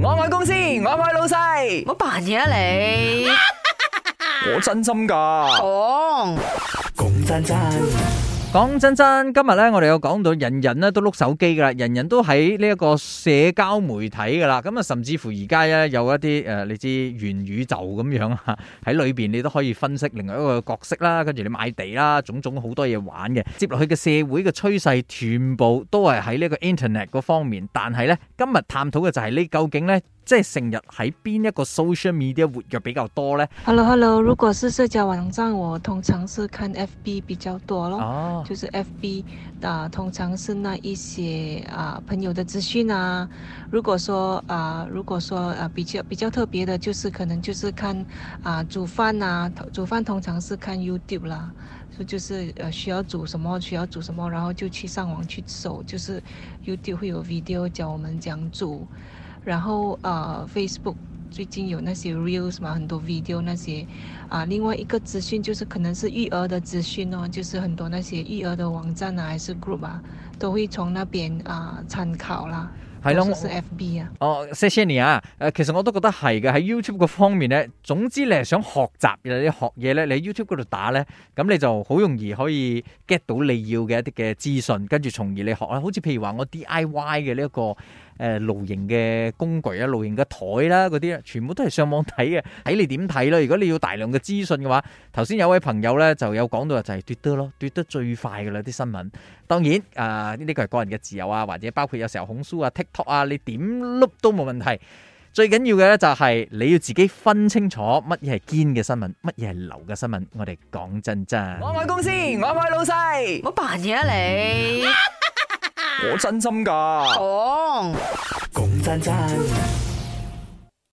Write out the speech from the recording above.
我愛公司，我愛老細， 冇扮嘢啊你！ 我真心噶。 講真真。 講真真，今日咧我哋有講到人人咧都碌手機噶啦，人人都喺呢一個社交媒體噶啦，咁啊甚至乎而家咧有一啲你知元宇宙咁樣啊，喺裏邊你都可以分析另外一個角色啦，跟住你買地啦，種種好多嘢玩嘅。接落去嘅社會嘅趨勢，全部都係喺呢個 internet 嗰方面。但係咧今日探討嘅就係你究竟咧，即係成日喺邊一個 social media 活躍比較多呢？ Hello， 如果是社交網站，我通常是看 FB 比較多咯。就是 FB 通常是那一些朋友的資訊啊。如果說比較特別的，就是可能就是看煮飯啊，煮飯通常是看 YouTube 啦。就是需要煮什麼，然後就去上網去搜，就是 YouTube 會有 video 教我們講煮。然後Facebook 最近有那些 reels 嘛，很多 video 那些另外一個資訊就是可能是育兒的資訊哦，就是很多那些育兒的網站啊，還是 group 啊，都會從那邊參考啦。係咯，是 FB 啊。 謝謝你啊。其實我都覺得係嘅。喺 YouTube 個方面咧，總之你係想學習你學嘢咧，你喺 YouTube 嗰度打咧，咁你就好容易可以 get 到你要嘅一啲嘅資訊，跟住從而你學啦。好似譬如話我 DIY 嘅呢一個露營嘅工具啊，露營嘅台啦嗰啲，全部都係上網睇嘅，睇你點睇啦。如果你要大量嘅資訊嘅話，頭先有位朋友咧就有講到就係奪得最快嘅啦啲新聞。當然呢個係個人嘅自由啊，或者包括有時候紅書啊、TikTok 啊，你點碌都冇問題。最緊要嘅咧就係你要自己分清楚乜嘢係堅嘅新聞，乜嘢係流嘅新聞。我哋講真真， 我愛公司，我愛老細， 冇扮嘢啊你！ 我真心噶。 講真真。